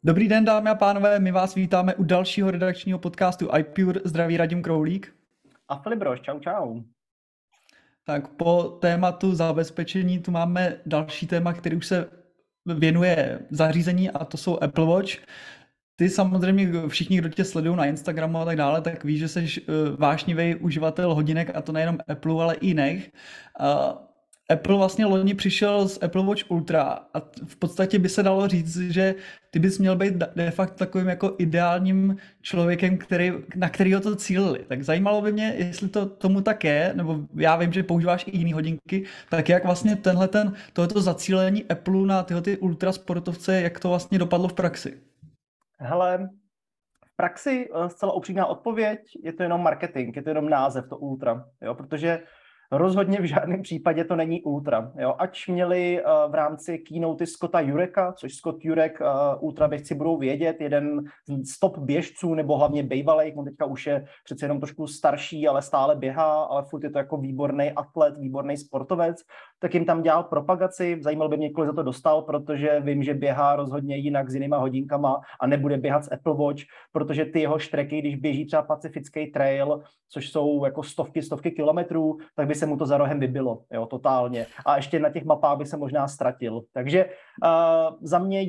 Dobrý den, dámy a pánové, my vás vítáme u dalšího redakčního podcastu iPure. Zdraví Radim Kroulík. A Filip Brož, čau čau. Tak po tématu zabezpečení tu máme další téma, který už se věnuje zařízení, a to jsou Apple Watch. Ty samozřejmě všichni, kdo tě sledují na Instagramu a tak dále, tak ví, že jsi vášnivý uživatel hodinek, a to nejenom Apple, ale i jiných. Apple vlastně loni přišel s Apple Watch Ultra a v podstatě by se dalo říct, že ty bys měl být de facto takovým jako ideálním člověkem, na kterýho to cílili. Tak zajímalo by mě, jestli to tomu tak je, nebo já vím, že používáš i jiný hodinky, tak jak vlastně tohleto zacílení Apple na tyhle ty ultra sportovce, jak to vlastně dopadlo v praxi? Hele, v praxi zcela upřímná odpověď, je to jenom marketing, je to jenom název, to Ultra, jo, protože rozhodně v žádném případě to není Ultra. Jo. Ač měli v rámci keynote Scotta Jureka, což Scott Jurek Ultra běžci budou vědět, jeden z top běžců, nebo hlavně bývalej, on teďka už je přece jenom trošku starší, ale stále běhá, ale furt je to jako výborný atlet, výborný sportovec, tak jim tam dělal propagaci. Zajímalo by mě, kolik za to dostal, protože vím, že běhá rozhodně jinak s jinýma hodinkama a nebude běhat s Apple Watch, protože ty jeho štreky, když běží třeba Pacifický trail, což jsou jako stovky kilometrů, tak by se mu to za rohem vybilo, jo, totálně. A ještě na těch mapách by se možná ztratil. Takže za mě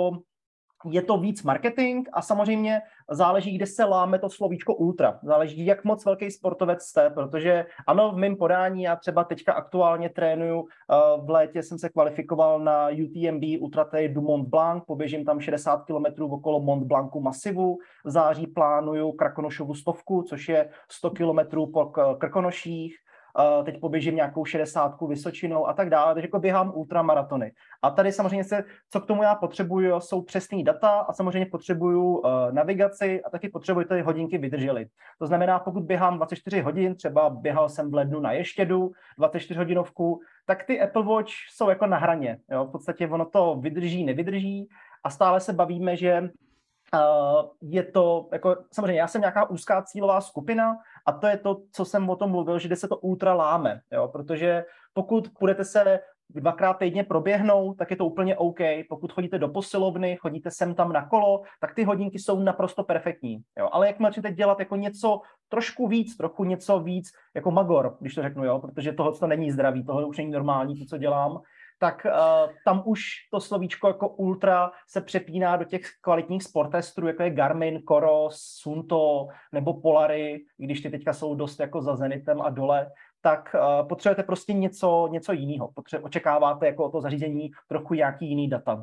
je to víc marketing a samozřejmě záleží, kde se láme to slovíčko ultra. Záleží, jak moc velký sportovec jste, protože ano, v mém podání já třeba teďka aktuálně trénuju, v létě jsem se kvalifikoval na UTMB Ultra Trail du Mont Blanc, poběžím tam 60 km okolo Mont Blancu masivu, v září plánuju Krkonošovu 100, což je 100 km po Krkonoších, teď poběžím nějakou 60 Vysočinou a tak dále, takže jako běhám ultramaratony. A tady samozřejmě co k tomu já potřebuju, jsou přesný data a samozřejmě potřebuju navigaci a taky potřebuji, ty hodinky vydržely. To znamená, pokud běhám 24 hodin, třeba běhal jsem v lednu na Ještědu 24 hodinovku, tak ty Apple Watch jsou jako na hraně. Jo? V podstatě ono to vydrží, nevydrží a stále se bavíme, že je to, jako, samozřejmě já jsem nějaká úzká cílová skupina a to je to, co jsem o tom mluvil, že kde se to ultra láme, jo? Protože pokud budete se dvakrát týdně proběhnout, tak je to úplně OK. Pokud chodíte do posilovny, chodíte sem tam na kolo, tak ty hodinky jsou naprosto perfektní. Jo? Ale jakmile začnete dělat jako něco trochu něco víc, jako magor, když to řeknu, jo? Protože tohle to není zdravý, tohle už není normální, to, co dělám, tak tam už to slovíčko jako ultra se přepíná do těch kvalitních sportestrů, jako je Garmin, Coros, Suunto nebo Polary, když ty teďka jsou dost jako za Zenitem a dole, tak potřebujete prostě něco jiného. Očekáváte jako to zařízení trochu nějaký jiný data.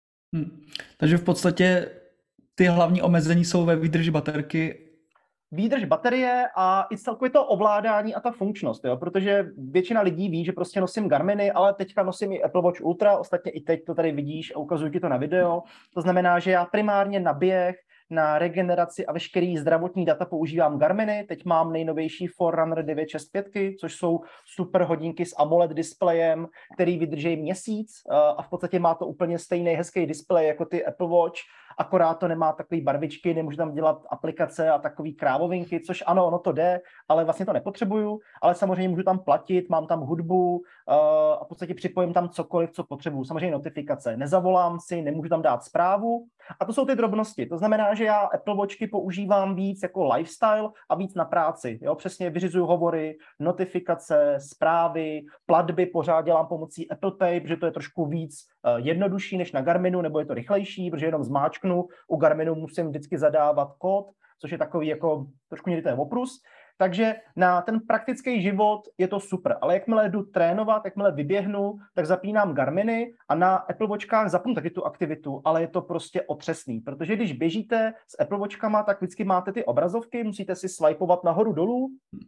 Takže v podstatě ty hlavní omezení jsou ve výdrži baterky. Výdrž baterie a i celkově to ovládání a ta funkčnost, jo? Protože většina lidí ví, že prostě nosím Garminy, ale teďka nosím i Apple Watch Ultra, ostatně i teď to tady vidíš a ukazuju ti to na video. To znamená, že já primárně na běh, na regeneraci a veškerý zdravotní data používám Garminy. Teď mám nejnovější Forerunner 965, což jsou super hodinky s AMOLED displejem, který vydrží měsíc a v podstatě má to úplně stejný hezký displej jako ty Apple Watch, akorát to nemá takové barvičky, nemůžu tam dělat aplikace a takový krávovinky, což ano, ono to jde, ale vlastně to nepotřebuju, ale samozřejmě můžu tam platit, mám tam hudbu a v podstatě připojím tam cokoliv, co potřebuju. Samozřejmě notifikace, nezavolám si, nemůžu tam dát zprávu a to jsou ty drobnosti. To znamená, že já Apple Watchky používám víc jako lifestyle a víc na práci. Jo? Přesně vyřizuju hovory, notifikace, zprávy, platby pořád dělám pomocí Apple Pay, protože to je trošku víc jednodušší než na Garminu, nebo je to rychlejší, protože jenom zmáčknu. U Garminu musím vždycky zadávat kód, což je takový jako trošku někdy to je oprus. Takže na ten praktický život je to super, ale jakmile jdu trénovat, jakmile vyběhnu, tak zapínám Garminy a na Apple Watchkách zapnu taky tu aktivitu, ale je to prostě otřesný, protože když běžíte s Apple Watchkama, tak vždycky máte ty obrazovky, musíte si swipeovat nahoru dolů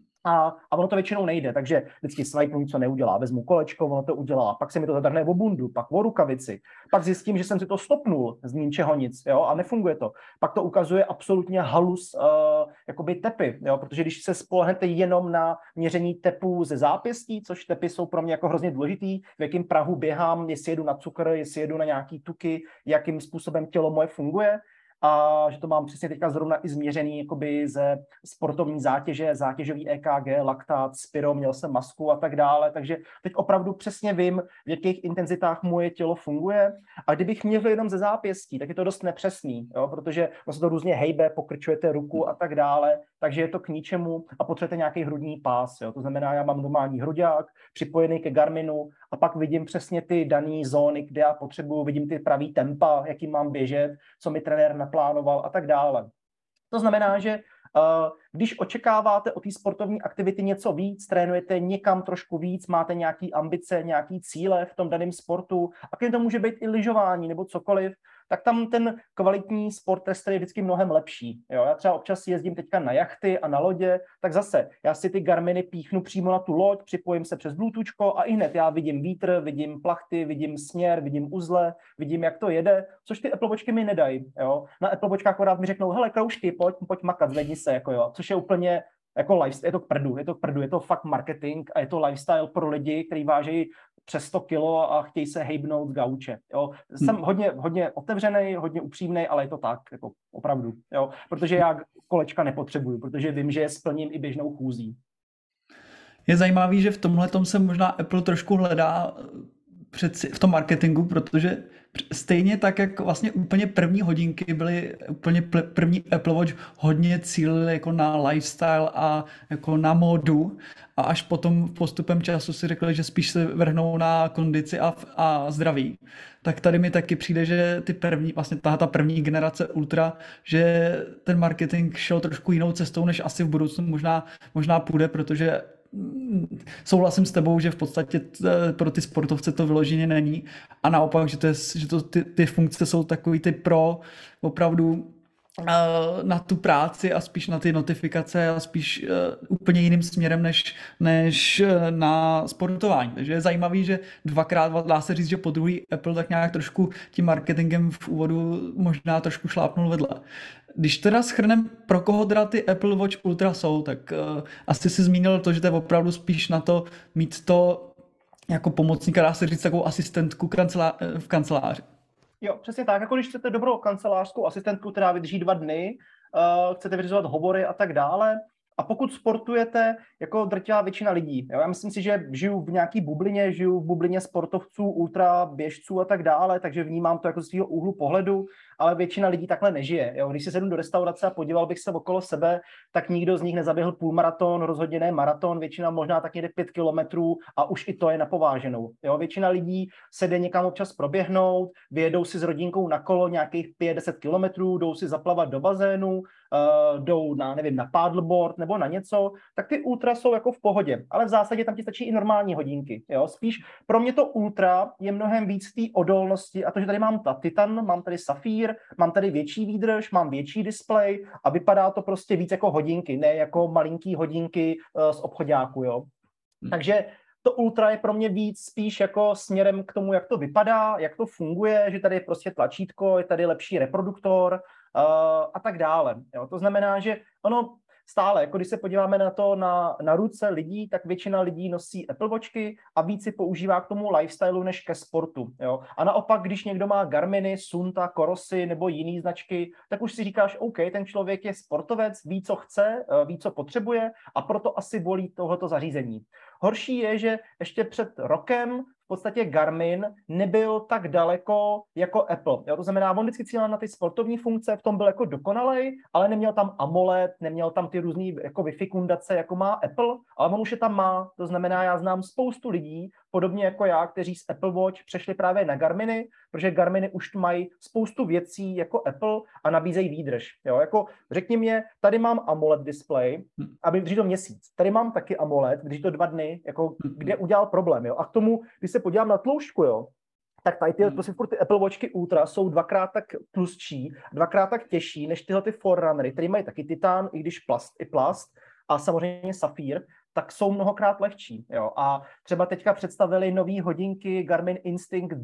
a ono to většinou nejde, takže vždycky swipe něco neudělá, vezmu kolečko, ono to udělá, pak se mi to zadrhne o bundu, pak o rukavici, pak zjistím, že jsem si to stopnul z ničeho nic, jo, a nefunguje to. Pak to ukazuje absolutně halus jakoby tepy, jo, protože když se spolehnete jenom na měření tepů ze zápěstí, což tepy jsou pro mě jako hrozně důležitý, v jakém prahu běhám, jestli jedu na cukr, jestli jedu na nějaký tuky, jakým způsobem tělo moje funguje, a že to mám přesně teďka zrovna i změřený jakoby ze sportovní zátěže, zátěžový EKG, laktát, spiro, měl jsem masku a tak dále, takže teď opravdu přesně vím, v jakých intenzitách moje tělo funguje. A kdybych měřil jenom ze zápěstí, tak je to dost nepřesný, jo? Protože se to různě hejbe, pokrčujete ruku a tak dále, takže je to k ničemu a potřebujete nějaký hrudní pás. Jo? To znamená, já mám normální hruďák připojený ke Garminu a pak vidím přesně ty dané zóny, kde já potřebuju, vidím ty pravý tempa, jaký mám běžet, co mi trenér naplánoval a tak dále. To znamená, že když očekáváte od té sportovní aktivity něco víc, trénujete někam trošku víc, máte nějaké ambice, nějaké cíle v tom daném sportu, a to může být i lyžování nebo cokoliv, tak tam ten kvalitní sport tester je vždycky mnohem lepší. Jo? Já třeba občas jezdím teďka na jachty a na lodě, tak zase já si ty Garminy píchnu přímo na tu loď, připojím se přes Bluetoothko a i hned já vidím vítr, vidím plachty, vidím směr, vidím uzle, vidím, jak to jede, což ty Apple Watchky mi nedají. Jo? Na Apple Watchkách akorát mi řeknou, hele, kroužky, pojď makat, zvedni se, jako jo. Což je úplně jako lifestyle, je to fakt marketing a je to lifestyle pro lidi, kteří vážejí přes 100 kilo a chtějí se hejbnout z gauče. Jo. Jsem hodně otevřený, hodně upřímný, ale je to tak, jako opravdu. Jo. Protože já kolečka nepotřebuju, protože vím, že je splním i běžnou chůzí. Je zajímavý, že v tomhletom se možná Apple trošku hledá v tom marketingu, protože stejně tak, jak vlastně úplně první hodinky byly úplně první Apple Watch hodně cílily jako na lifestyle a jako na módu a až potom postupem času si řekli, že spíš se vrhnou na kondici a zdraví. Tak tady mi taky přijde, že ty první, vlastně ta první generace Ultra, že ten marketing šel trošku jinou cestou, než asi v budoucnu možná půjde, protože souhlasím s tebou, že v podstatě pro ty sportovce to vyloženě není a naopak, že ty funkce jsou takový ty pro opravdu na tu práci a spíš na ty notifikace a spíš úplně jiným směrem než na sportování. Takže je zajímavý, že dvakrát, dá se říct, že po druhý Apple tak nějak trošku tím marketingem v úvodu možná trošku šlápnul vedle. Když teda shrnem, pro koho teda ty Apple Watch Ultra jsou, tak asi si zmínil to, že to je opravdu spíš na to mít to jako pomocníka, dá se říct, takovou asistentku v kanceláři. Jo, přesně tak. Jako když chcete dobrou kancelářskou asistentku, která vydrží 2 dny, chcete vyřizovat hovory a tak dále. A pokud sportujete jako drtivá většina lidí, jo? Já myslím si, že žiju v nějaký bublině, žiju v bublině sportovců, ultra, běžců a tak dále, takže vnímám to jako z svého úhlu pohledu, ale většina lidí takhle nežije. Jo? Když si sednu do restaurace a podíval bych se okolo sebe, tak nikdo z nich nezaběhl půlmaraton, rozhodně ne maraton, většina možná tak někde 5 kilometrů a už i to je napováženou. Jo? Většina lidí se jde někam občas proběhnout, vyjedou si s rodinkou na kolo nějakých 5-10 kilometrů, jdou si zaplavat do bazénu, jdou na paddleboard nebo na něco, tak ty ultra jsou jako v pohodě, ale v zásadě tam ti stačí i normální hodinky. Jo? Spíš pro mě to ultra je mnohem víc té odolnosti a to, že tady mám titan, mám tady safír, mám tady větší výdrž, mám větší displej a vypadá to prostě víc jako hodinky, ne jako malinký hodinky z obchoďáku. Jo? Takže to ultra je pro mě víc spíš jako směrem k tomu, jak to vypadá, jak to funguje, že tady je prostě tlačítko, je tady lepší reproduktor a tak dále. Jo? To znamená, že ono stále, jako když se podíváme na to na ruce lidí, tak většina lidí nosí Apple Watchky a víc si používá k tomu lifestylu než ke sportu. Jo? A naopak, když někdo má Garminy, Sunta, Corosy nebo jiný značky, tak už si říkáš, OK, ten člověk je sportovec, ví, co chce, ví, co potřebuje a proto asi volí tohoto zařízení. Horší je, že ještě před rokem v podstatě Garmin nebyl tak daleko jako Apple. Jo? To znamená, on vždycky cílil na ty sportovní funkce, v tom byl jako dokonalej, ale neměl tam AMOLED, neměl tam ty různý jako Wi-Fi kundace, jako má Apple, ale on už je tam má. To znamená, já znám spoustu lidí, podobně jako já, kteří z Apple Watch přešli právě na Garminy, protože Garminy už mají spoustu věcí jako Apple a nabízejí výdrž. Jo? Jako, řekni mě, tady mám AMOLED display a vydrží to měsíc. Tady mám taky AMOLED, vydrží to 2 dny, jako, kde udělal problém. Jo? A k tomu, když se podívám na tloušťku, jo, tak tady prostě ty Apple Watchky Ultra jsou 2x tak tlustší, 2x tak těžší než tyhle ty Forerunnery, které mají taky titán, i když plast a samozřejmě safír, tak jsou mnohokrát lehčí. Jo. A třeba teďka představili nový hodinky Garmin Instinct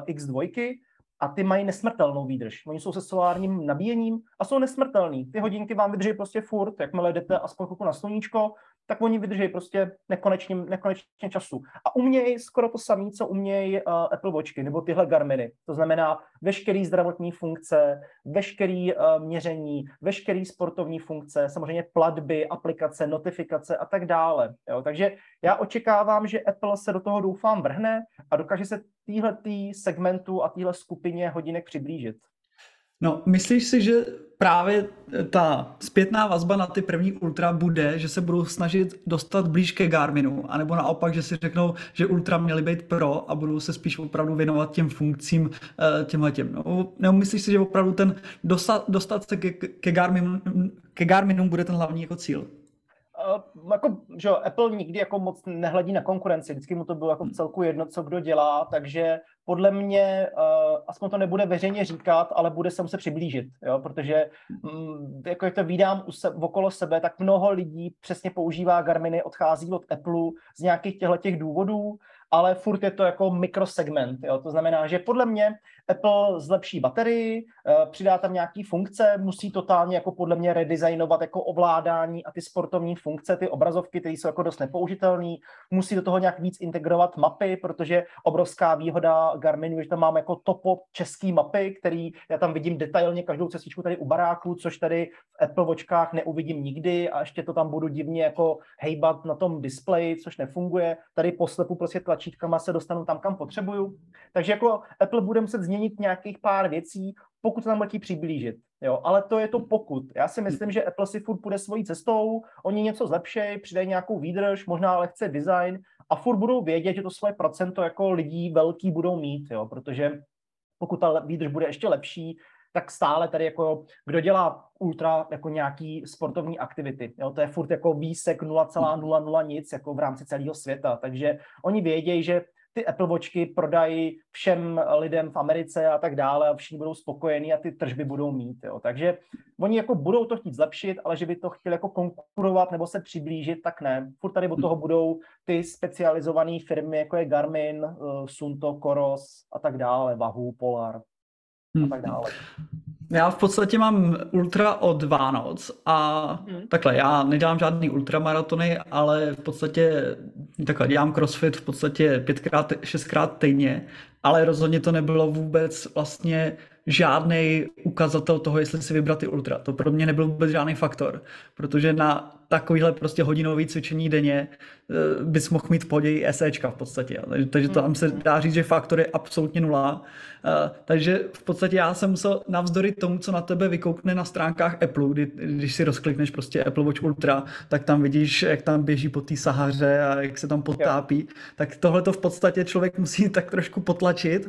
X2 a ty mají nesmrtelnou výdrž. Oni jsou se solárním nabíjením a jsou nesmrtelný. Ty hodinky vám vydrží prostě furt, jakmile jdete aspoň chvilku na sluníčko, tak oni vydrží prostě nekonečně času. A umějí skoro to samé, co umějí Apple Watchky nebo tyhle Garminy. To znamená veškerý zdravotní funkce, veškerý měření, veškerý sportovní funkce, samozřejmě platby, aplikace, notifikace a tak dále. Jo? Takže já očekávám, že Apple se do toho doufám vrhne a dokáže se týhletý segmentu a téhle skupině hodinek přiblížit. No, myslíš si, že právě ta zpětná vazba na ty první Ultra bude, že se budou snažit dostat blíž ke Garminu, anebo naopak, že si řeknou, že Ultra měly být Pro a budou se spíš opravdu věnovat těm funkcím těmhletěm. No, nebo myslíš si, že opravdu ten dostat se ke Garminu bude ten hlavní jako cíl? Jako, že Apple nikdy jako moc nehledí na konkurenci, vždycky mu to bylo jako v celku jedno, co kdo dělá, takže podle mě, aspoň to nebude veřejně říkat, ale bude se muset přiblížit, jo? Protože jako jak to vídám okolo sebe, tak mnoho lidí přesně používá Garminy, odchází od Apple z nějakých těch důvodů, ale furt je to jako mikrosegment, jo? To znamená, že podle mě Apple zlepší baterii, přidá tam nějaký funkce, musí totálně jako podle mě redesignovat jako ovládání a ty sportovní funkce, ty obrazovky, které jsou jako dost nepoužitelné, musí do toho nějak víc integrovat mapy, protože obrovská výhoda Garminu, že tam máme jako topo český mapy, který já tam vidím detailně každou cestičku tady u baráku, což tady v Apple Watchkách neuvidím nikdy a ještě to tam budu divně jako hejbat na tom displeji, což nefunguje. Tady poslepu prostě tlačítkama se dostanu tam, kam potřebuju. Takže jako Apple bude muset změnit nějakých pár věcí, pokud se tam letí přiblížit. Jo, ale to je to pokud. Já si myslím, že Apple si furt půjde svojí cestou, oni něco zlepšejí, přidají nějakou výdrž, možná lehce design a furt budou vědět, že to svoje procento jako lidí velký budou mít, jo, protože pokud ta výdrž bude ještě lepší, tak stále tady jako, kdo dělá ultra jako nějaký sportovní aktivity, jo, to je furt jako výsek 0,00 nic jako v rámci celého světa, takže oni vědějí, že ty Apple Watchky prodají všem lidem v Americe a tak dále a všichni budou spokojení a ty tržby budou mít. Jo. Takže oni jako budou to chtít zlepšit, ale že by to chtěli jako konkurovat nebo se přiblížit, tak ne. Furt tady od toho budou ty specializované firmy, jako je Garmin, Suunto, Coros a tak dále, Wahoo, Polar a tak dále. Já v podstatě mám ultra od Vánoc a takhle, já nedělám žádný ultramaratony, ale v podstatě takhle dělám crossfit v podstatě 5x, 6x týdně, ale rozhodně to nebylo vůbec vlastně žádný ukazatel toho, jestli si vybrat ty ultra. To pro mě nebyl vůbec žádný faktor, protože na takovýhle prostě hodinový cvičení denně bys mohl mít v pohodě i SEčka v podstatě. Takže tam se dá říct, že faktor je absolutně nula. Takže v podstatě já jsem musel navzdory tomu, co na tebe vykoukne na stránkách Apple, když si rozklikneš prostě Apple Watch Ultra, tak tam vidíš, jak tam běží po té Sahaře a jak se tam potápí. Tak tohle to v podstatě člověk musí tak trošku potlačit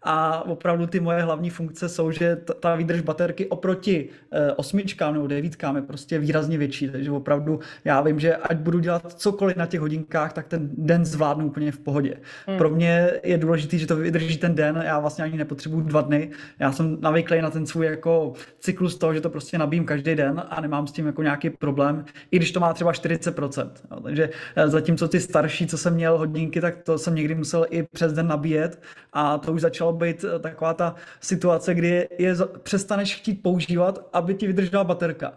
a opravdu ty moje hlavní funkce jsou, že ta výdrž baterky oproti 8 nebo 9 je prostě výrazně větší, takže opravdu já vím, že ať budu dělat cokoliv na těch hodinkách, tak ten den zvládnu úplně v pohodě. Pro mě je důležité, že to vydrží ten den, já vlastně ani nepotřebuju 2 dny, já jsem navyklý na ten svůj jako cyklus toho, že to prostě nabijím každý den a nemám s tím jako nějaký problém, i když to má třeba 40%. No, takže zatímco ty starší, co jsem měl hodinky, tak to jsem někdy musel i přes den nabíjet a to už začalo být taková ta situace, kdy je přestaneš chtít používat, aby ti vydržela baterka.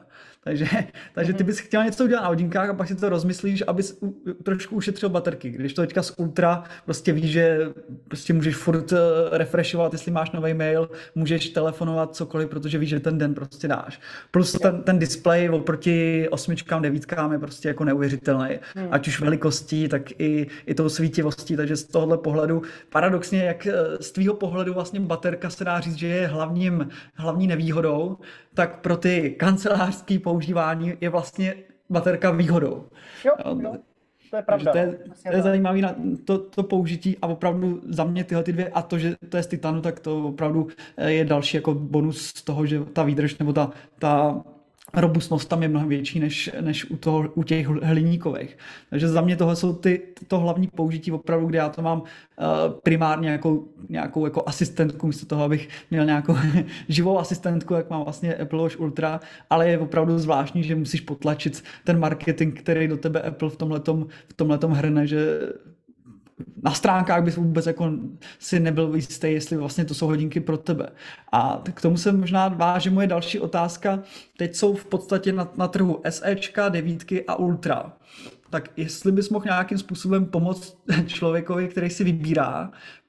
Takže ty bys chtěl něco udělat na hodinkách a pak si to rozmyslíš, abys trošku ušetřil baterky. Když to teďka z Ultra prostě víš, že prostě můžeš furt refreshovat, jestli máš nový mail, můžeš telefonovat cokoliv, protože víš, že ten den prostě dáš. Plus ten display oproti 8, 9 je prostě jako neuvěřitelný. Ať už velikostí, tak i tou svítivostí, takže z tohohle pohledu paradoxně, jak z tvýho pohledu vlastně baterka se dá říct, že je hlavní nevýhodou, tak pro ty kancelářské používání je vlastně baterka výhodou. Jo, to je pravda. To je zajímavé na to použití a opravdu za mě tyhle ty dvě a to, že to je z titanu, tak to opravdu je další jako bonus z toho, že ta výdrž nebo ta robustnost tam je mnohem větší než u těch hliníkových. Takže za mě tohle jsou to hlavní použití opravdu, kde já to mám primárně nějakou jako asistentku, místo toho, abych měl nějakou živou asistentku, jak mám vlastně Apple Watch Ultra, ale je opravdu zvláštní, že musíš potlačit ten marketing, který do tebe Apple v tomhletom hrne, že na stránkách bys vůbec jako si nebyl jistý, jestli vlastně to jsou hodinky pro tebe. A k tomu se možná váže moje další otázka. Teď jsou v podstatě na trhu SEčka, 9 a Ultra. tak jestli bys mohl nějakým způsobem pomoct člověkovi, který si vybírá,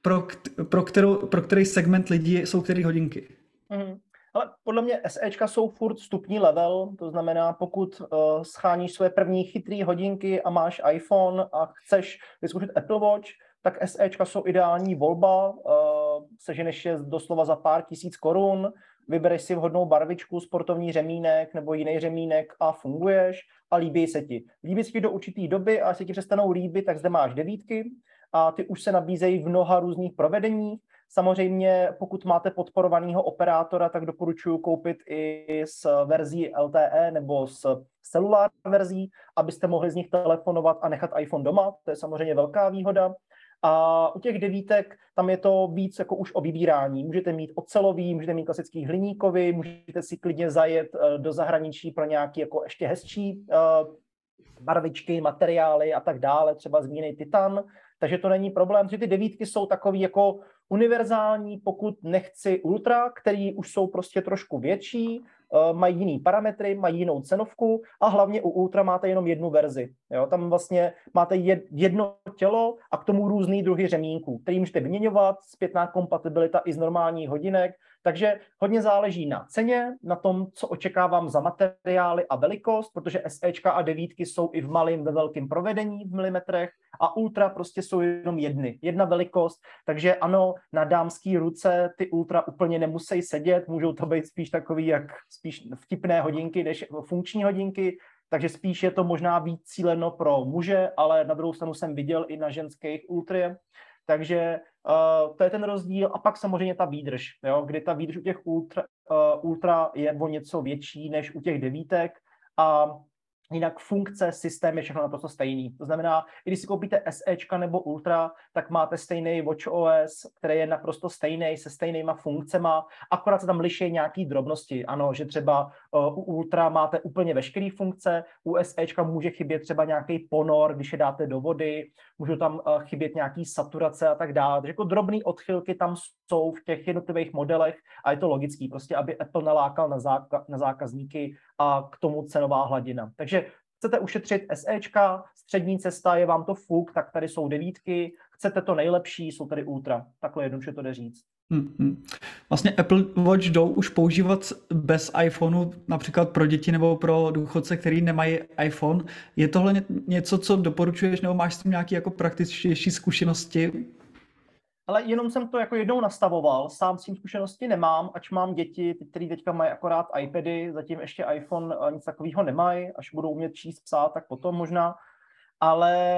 pro který segment lidí jsou který hodinky. Ale podle mě SEčka jsou furt vstupní level, to znamená, pokud scháníš své první chytrý hodinky a máš iPhone a chceš vyzkoušet Apple Watch, tak SEčka jsou ideální volba, seženeš je doslova za pár tisíc korun, vybereš si vhodnou barvičku, sportovní řemínek nebo jiný řemínek a funguješ a líbí se ti. Líbí se ti do určitý doby a jestli ti přestanou líbit, tak zde máš 9 a ty už se nabízejí v mnoha různých provedeních. Samozřejmě, pokud máte podporovaného operátora, tak doporučuji koupit i s verzí LTE nebo s celulár verzí, abyste mohli z nich telefonovat a nechat iPhone doma. To je samozřejmě velká výhoda. A u těch 9 tam je to víc jako už o vybírání. Můžete mít ocelový, můžete mít klasický hliníkový, můžete si klidně zajet do zahraničí pro nějaký jako ještě hezčí barvičky, materiály a tak dále, třeba zmíněný titan. Takže to není problém, že ty 9 jsou takový jako univerzální, pokud nechci ultra, který už jsou prostě trošku větší, mají jiný parametry, mají jinou cenovku a hlavně u ultra máte jenom jednu verzi. Jo? Tam vlastně máte jedno tělo a k tomu různý druhy řemínků, který můžete vyměňovat, zpětná kompatibilita i z normálních hodinek, takže hodně záleží na ceně, na tom, co očekávám za materiály a velikost, protože SEčka a 9 jsou i v malém, ve velkém provedení v milimetrech a ultra prostě jsou jenom jedna velikost, takže ano, na dámský ruce ty ultra úplně nemusí sedět, můžou to být spíš takový jak spíš vtipné hodinky než funkční hodinky, takže spíš je to možná víc cíleno pro muže, ale na druhou stranu jsem viděl i na ženských ultře, takže to je ten rozdíl a pak samozřejmě ta výdrž, jo, kdy ta výdrž u těch ultra je o něco větší než u těch 9 a jinak funkce, systém je všechno naprosto stejný. To znamená, i když si koupíte SEčka nebo Ultra, tak máte stejný WatchOS, který je naprosto stejný, se stejnýma funkcema, akorát se tam liší nějaký drobnosti. Ano, že třeba u Ultra máte úplně veškeré funkce, u SEčka může chybět třeba nějaký ponor, když je dáte do vody, můžou tam chybět nějaký saturace a tak dále. Takže jako drobné odchylky tam jsou v těch jednotlivých modelech a je to logický, prostě aby Apple nalákal na zákazníky a k tomu cenová hladina. Takže chcete ušetřit SEčka, střední cesta, je vám to fuk, tak tady jsou 9, chcete to nejlepší, jsou tady Ultra. Takhle jednoduše to jde říct. Vlastně Apple Watch jdou už používat bez iPhoneu, například pro děti nebo pro důchodce, který nemají iPhone. Je tohle něco, co doporučuješ, nebo máš s tím nějaké jako praktičtější zkušenosti? Ale jenom jsem to jako jednou nastavoval, sám s tím zkušenosti nemám, ač mám děti, které teďka mají akorát iPady, zatím ještě iPhone nic takového nemají, až budou umět číst, psát, tak potom možná. Ale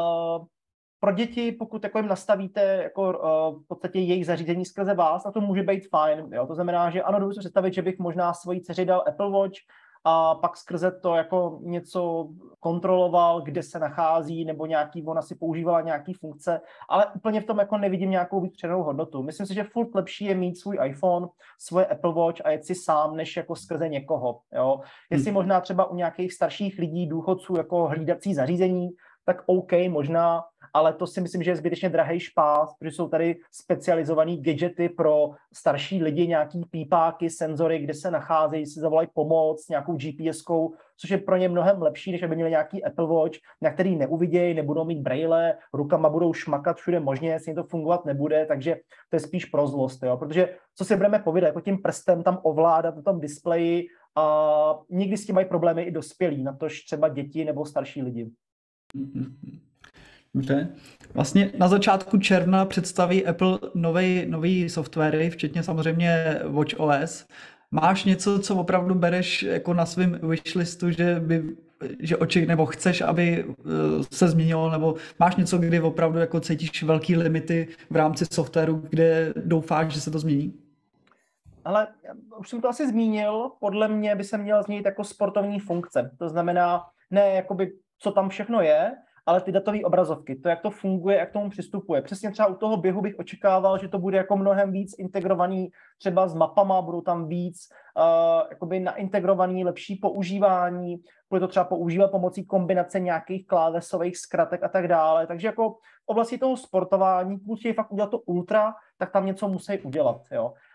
pro děti, pokud jako jim nastavíte jako, v podstatě jejich zařízení skrze vás, a to může být fajn. Jo? To znamená, že ano, dovedu si představit, že bych možná svojí dceři dal Apple Watch a pak skrze to jako něco kontroloval, kde se nachází, nebo ona si používala nějaký funkce, ale úplně v tom jako nevidím nějakou víc přidanou hodnotu. Myslím si, že furt lepší je mít svůj iPhone, svoje Apple Watch a jet si sám, než jako skrze někoho. Jo? Jestli možná třeba u nějakých starších lidí, důchodců, jako hlídací zařízení, tak OK, možná, ale to si myslím, že je zbytečně drahý špás, protože jsou tady specializované gadgety pro starší lidi, nějaký pípáky, senzory, kde se nacházejí, si zavolají pomoc, nějakou GPS-kou, což je pro ně mnohem lepší, než aby měli nějaký Apple Watch, na který neuvidějí, nebudou mít braille, rukama budou šmakat všude možně, s ním to fungovat nebude, takže to je spíš pro zlost, jo? Protože co si budeme povídat, jako tím prstem tam ovládat na tom displeji a někdy s tím mají problémy i dospělí, natož třeba děti nebo starší lidi. Dobře. Vlastně na začátku června představí Apple nový softwary, včetně samozřejmě WatchOS. Máš něco, co opravdu bereš jako na svém wishlistu, nebo chceš, aby se změnilo, nebo máš něco, kdy opravdu jako cítíš velký limity v rámci softwaru, kde doufáš, že se to změní? Ale už jsem to asi zmínil, podle mě by se měla změnit jako sportovní funkce. To znamená, ne jakoby co tam všechno je, ale ty datové obrazovky, to, jak to funguje, jak tomu přistupuje. Přesně třeba u toho běhu bych očekával, že to bude jako mnohem víc integrovaný třeba s mapama, budou tam víc jakoby naintegrovaný, lepší používání, bude to třeba používat pomocí kombinace nějakých klávesových zkratek a tak dále. Takže jako v oblasti toho sportování, pokud chtějí fakt udělat to ultra, tak tam něco musí udělat. Jo.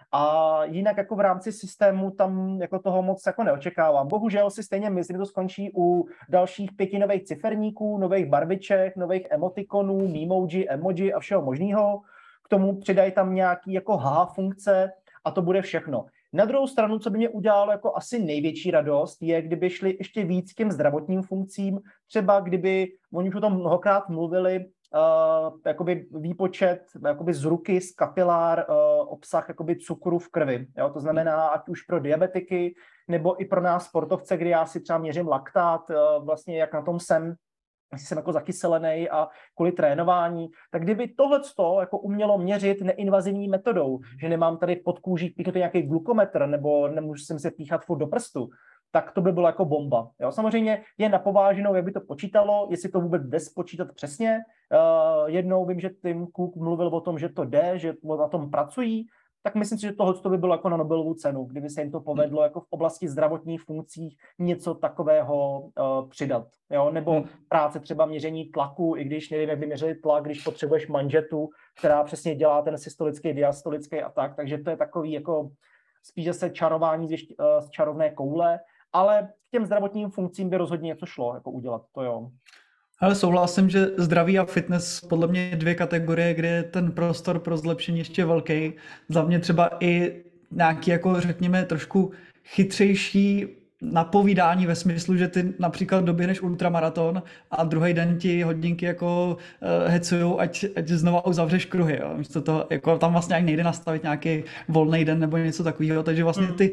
A jinak jako v rámci systému tam jako toho moc jako neočekávám. Bohužel si stejně myslím, že to skončí u dalších 5 nových ciferníků, nových barviček, nových emotikonů, emoji a všeho možného. K tomu přidají tam nějaký jako funkce a to bude všechno. Na druhou stranu, co by mě udělalo jako asi největší radost, je, kdyby šli ještě víc k těm zdravotním funkcím, třeba kdyby, oni už o tom mnohokrát mluvili, jakoby výpočet jakoby z ruky, z kapilár, obsah jakoby cukru v krvi. Jo? To znamená, ať už pro diabetiky, nebo i pro nás sportovce, kdy já si třeba měřím laktát, vlastně jak na tom jsem, jestli jsem jako zakyselený a kvůli trénování, tak kdyby tohleto jako umělo měřit neinvazivní metodou, že nemám tady pod kůží píchnutý nějaký glukometr, nebo nemůžu si píchat furt do prstu, tak to by bylo jako bomba. Jo? Samozřejmě je napováženou, jak by to počítalo, jestli to vůbec jde spočítat přesně. Jednou vím, že Tim Cook mluvil o tom, že to jde, že na tom pracují, tak myslím si, že tohle by bylo jako na Nobelovu cenu, kdyby se jim to povedlo jako v oblasti zdravotních funkcí něco takového přidat. Jo? Nebo práce třeba měření tlaku, i když nevím, jak by měřili tlak, když potřebuješ manžetu, která přesně dělá ten systolický, diastolický a tak. Takže to je takový jako spíš zase čarování z čarovné koule, ale k těm zdravotním funkcím by rozhodně něco šlo jako udělat, to jo. Ale souhlasím, že zdraví a fitness podle mě je 2 kategorie, kde je ten prostor pro zlepšení ještě velký. Za mě třeba i nějaký, jako řekněme, trošku chytřejší napovídání ve smyslu, že ty například doběhneš ultramaraton a druhý den ti hodinky jako hecujou, ať znova uzavřeš kruhy. Jo. Místo toho, jako tam vlastně ani nejde nastavit nějaký volný den nebo něco takového, takže vlastně ty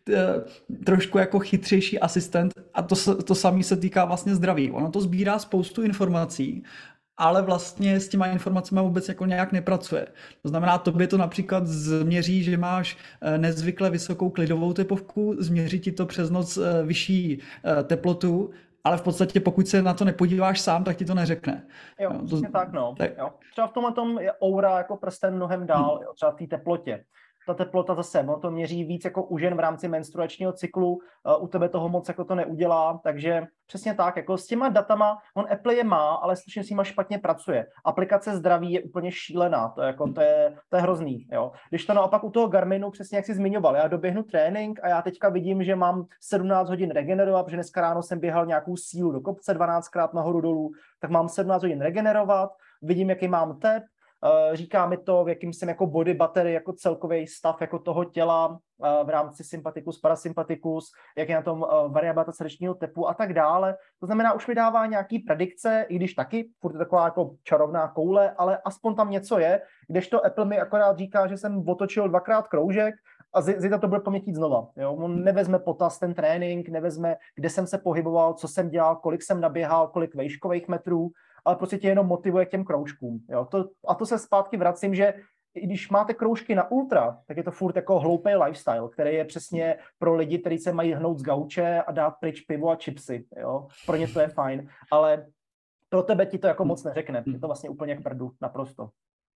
trošku jako chytřejší asistent a to samé se týká vlastně zdraví. Ono to sbírá spoustu informací, ale vlastně s těma informacemi vůbec jako nějak nepracuje. To znamená, tobě to například změří, že máš nezvykle vysokou klidovou tepovku, změří ti to přes noc vyšší teplotu, ale v podstatě pokud se na to nepodíváš sám, tak ti to neřekne. Jo, přesně tak, no. Jo. Třeba v tomhle tom je aura jako prsten mnohem dál, jo, třeba v té teplotě. Ta teplota zase, ono to měří víc jako u žen v rámci menstruačního cyklu, u tebe toho moc jako to neudělá, takže přesně tak, jako s těma datama, Apple je má, ale slušně s nima špatně pracuje. Aplikace zdraví je úplně šílená, to je hrozný, jo. Když to naopak u toho Garminu, přesně jak jsi zmiňoval, já doběhnu trénink a já teďka vidím, že mám 17 hodin regenerovat, protože dneska ráno jsem běhal nějakou sílu do kopce 12krát nahoru dolů, tak mám 17 hodin regenerovat, vidím, jaký mám tep, říká mi to, v jakým jsem jako body battery, jako celkový stav jako toho těla v rámci sympaticus, parasympaticus, jak je na tom variabilita srdečního tepu a tak dále. To znamená, už mi dává nějaký predikce, i když taky, furt je taková jako čarovná koule, ale aspoň tam něco je, kdežto Apple mi akorát říká, že jsem otočil 2krát kroužek a zítra to bude pamětít znova. Jo? On nevezme potaz ten trénink, nevezme, kde jsem se pohyboval, co jsem dělal, kolik jsem naběhal, kolik vejškových metrů, ale prostě tě jenom motivuje k těm kroužkům. Jo? To se zpátky vracím, že i když máte kroužky na ultra, tak je to furt jako hloupý lifestyle, který je přesně pro lidi, kteří se mají hnout z gauče a dát pryč pivo a chipsy. Jo? Pro ně to je fajn, ale pro tebe ti to jako moc neřekne. Je to vlastně úplně k prdu, naprosto.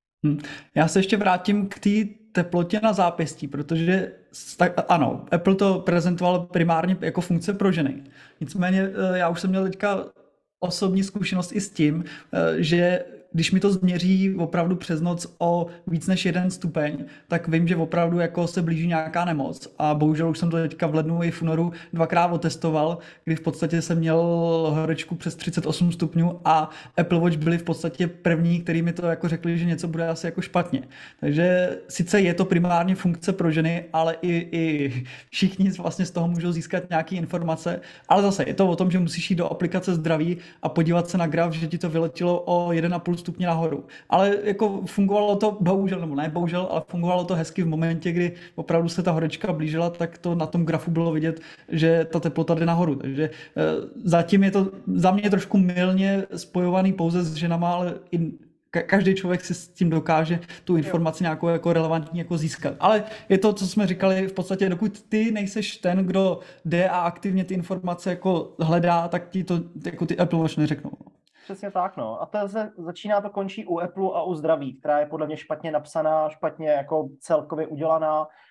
Já se ještě vrátím k té teplotě na zápěstí, protože ano, Apple to prezentoval primárně jako funkce pro ženy. Nicméně já už jsem měl teďka osobní zkušenost i s tím, že když mi to změří opravdu přes noc o víc než 1 stupeň, tak vím, že opravdu jako se blíží nějaká nemoc. A bohužel už jsem to teďka v lednu i v únoru 2krát otestoval, kdy v podstatě jsem měl horečku přes 38 stupňů a Apple Watch byli v podstatě první, který mi to jako řekli, že něco bude asi jako špatně. Takže sice je to primárně funkce pro ženy, ale i všichni vlastně z toho můžou získat nějaké informace, ale zase je to o tom, že musíš jít do aplikace zdraví a podívat se na graf, že ti to vyletilo o 1,5 stupně nahoru. Ale jako fungovalo to, bohužel, nebo ne bohužel, ale fungovalo to hezky v momentě, kdy opravdu se ta horečka blížila, tak to na tom grafu bylo vidět, že ta teplota jde nahoru. Takže zatím je to za mě trošku mylně spojovaný pouze s ženama, ale i každý člověk si s tím dokáže tu informaci nějakou jako relevantní jako získat. Ale je to, co jsme říkali, v podstatě, dokud ty nejseš ten, kdo jde a aktivně ty informace jako hledá, tak ti to jako ty Apple Watch neřeknou. Přesně tak, no. A to začíná to končí u Apple a u zdraví, která je podle mě špatně napsaná, špatně jako celkově udělaná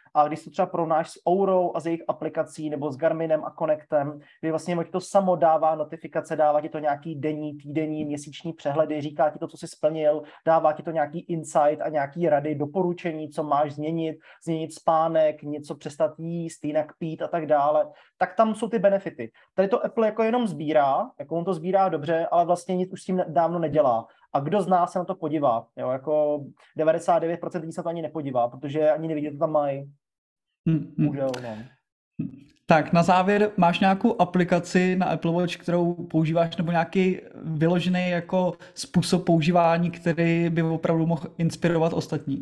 A když to třeba porovnáš s Ourou a s jejich aplikací nebo s Garminem a Connectem, kdy vlastně ti to samo dává notifikace, dává ti to nějaký denní, týdenní, měsíční přehledy, říká ti to, co jsi splnil, dává ti to nějaký insight a nějaký rady, doporučení, co máš změnit spánek, něco přestat jíst, jinak pít a tak dále, tak tam jsou ty benefity. Tady to Apple jako jenom sbírá, jako on to sbírá dobře, ale vlastně nic už s tím dávno nedělá. A kdo z nás se na to podívá? Jo, jako 99% lidí se to ani nepodívá, protože ani nevidí, co tam mají. Bohužel, no. Tak na závěr, máš nějakou aplikaci na Apple Watch, kterou používáš, nebo nějaký vyložený jako způsob používání, který by opravdu mohl inspirovat ostatní?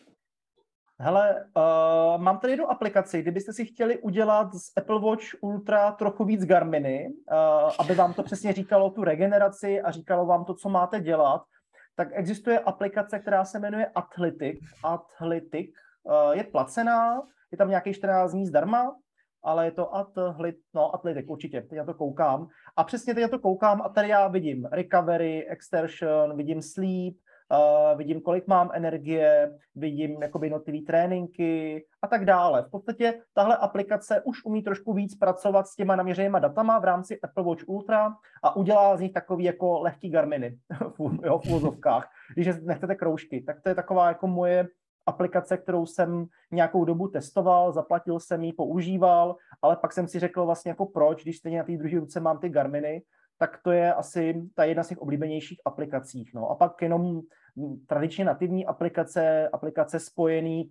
Hele, mám tady jednu aplikaci, kdybyste si chtěli udělat z Apple Watch Ultra trochu víc Garminy, aby vám to přesně říkalo tu regeneraci a říkalo vám to, co máte dělat, tak existuje aplikace, která se jmenuje Athletic. Je placená, je tam nějakých 14 dní zdarma, ale je to Athletic, určitě, teď na to koukám. A přesně teď na to koukám a tady já vidím recovery, exertion, vidím sleep, vidím, kolik mám energie, vidím jakoby jednotlivý tréninky a tak dále. V podstatě tahle aplikace už umí trošku víc pracovat s těma naměřenýma datama v rámci Apple Watch Ultra a udělá z nich takový jako lehký Garminy v uvozovkách. Když nechcete kroužky, tak to je taková jako moje aplikace, kterou jsem nějakou dobu testoval, zaplatil jsem ji, používal, ale pak jsem si řekl vlastně jako proč, když stejně na té druhé ruce mám ty Garminy, tak to je asi ta jedna z těch oblíbenějších aplikacích. No. A pak jenom tradičně nativní aplikace spojený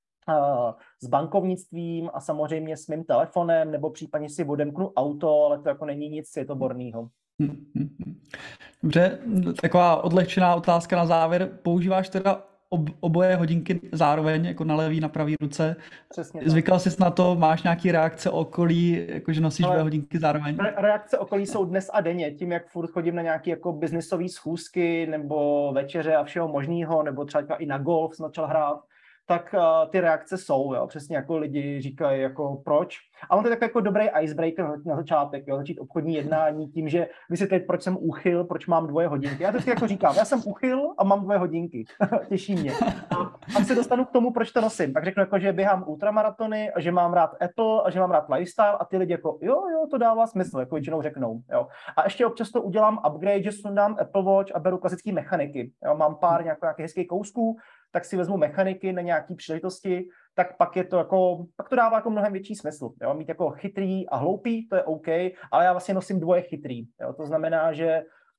s bankovnictvím a samozřejmě s mým telefonem, nebo případně si odemknu auto, ale to jako není nic světoborného. Dobře, taková odlehčená otázka na závěr. Používáš teda oboje hodinky zároveň, jako na levý, na pravý ruce? Přesně. Zvykal jsi na to, máš nějaký reakce okolí, jakože nosíš dvě hodinky zároveň? Reakce okolí jsou dnes a denně, tím, jak furt chodím na nějaké jako biznisové schůzky nebo večeře a všeho možného, nebo třeba i na golf jsem začal hrát, tak ty reakce jsou, jo, přesně jako lidi říkají, jako proč. A on to je takový jako dobrý icebreaker na začátek, jo, začít obchodní jednání tím, že vysvětlit, proč jsem úchyl, proč mám 2 hodinky. Já to jako říkám, já jsem úchyl a mám 2 hodinky. Těší mě. A pak se dostanu k tomu, proč to nosím. Pak řeknu, jako, že běhám ultramaratony, a že mám rád Apple a že mám rád lifestyle a ty lidi jako, jo, to dává smysl, jako většinou řeknou. Jo. A ještě občas to udělám upgrade, že sundám Apple Watch a beru klasické mechaniky. Jo. Mám pár nějakých hezkých kousků, tak si vezmu mechaniky na nějaký příležitosti, tak pak to dává jako mnohem větší smysl. Jo? Mít jako chytrý a hloupý, to je OK, ale já vlastně nosím 2 chytrý. Jo? To znamená, že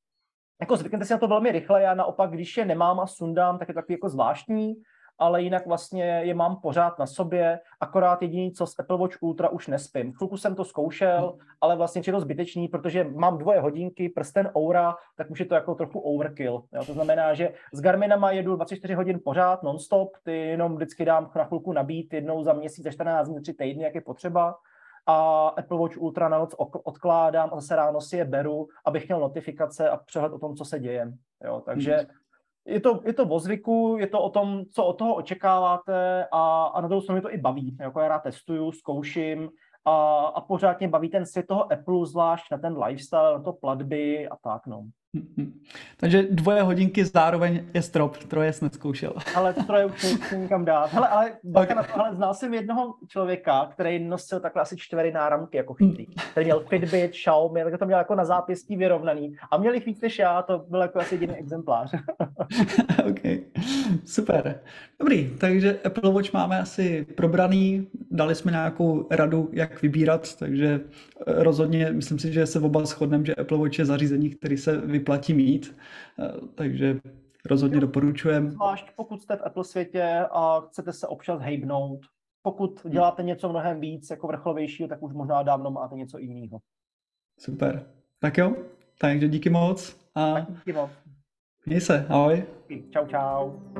jako zvyknete si na to velmi rychle, já naopak, když je nemám a sundám, tak je to takový jako zvláštní, ale jinak vlastně je mám pořád na sobě, akorát jediný, co s Apple Watch Ultra už nespím. Chvilku jsem to zkoušel, ale vlastně je to zbytečný, protože mám 2 hodinky, prsten Oura, tak už je to jako trochu overkill. Jo? To znamená, že s Garminama jedu 24 hodin pořád, non-stop, ty jenom vždycky dám na chvilku nabít, jednou za měsíc, 14 dní, 3 týdny, jak je potřeba. A Apple Watch Ultra na noc odkládám a zase ráno si je beru, abych měl notifikace a přehled o tom, co se děje. Jo? Takže je to o zvyku, je to o tom, co od toho očekáváte a na druhou stranu mě to i baví. Jako já rád testuju, zkouším a pořád mě baví ten svět toho Apple, zvlášť na ten lifestyle, na to platby a tak, no. Takže 2 hodinky zároveň je strop, 3 jsi nezkoušel. Ale 3 už nechci nikam dát. Hele, ale bacha na to, znal jsem jednoho člověka, který nosil takhle asi 4 náramky jako chytrý. Který měl Fitbit, Xiaomi, tak to měl jako na zápěstí vyrovnaný. A měl jich víc než já, to byl jako asi jediný exemplář. OK, super. Dobrý, takže Apple Watch máme asi probraný, dali jsme nějakou radu, jak vybírat, takže rozhodně myslím si, že se oba shodneme, že Apple Watch je zařízení, který se vyplatí mít, takže rozhodně doporučujeme. Zvlášť pokud jste v Apple světě a chcete se občas hejbnout, pokud děláte něco mnohem víc jako vrcholovějšího, tak už možná dávno máte něco jiného. Super, tak jo, takže díky moc. Díky moc. Měj se, ahoj. Čau, čau.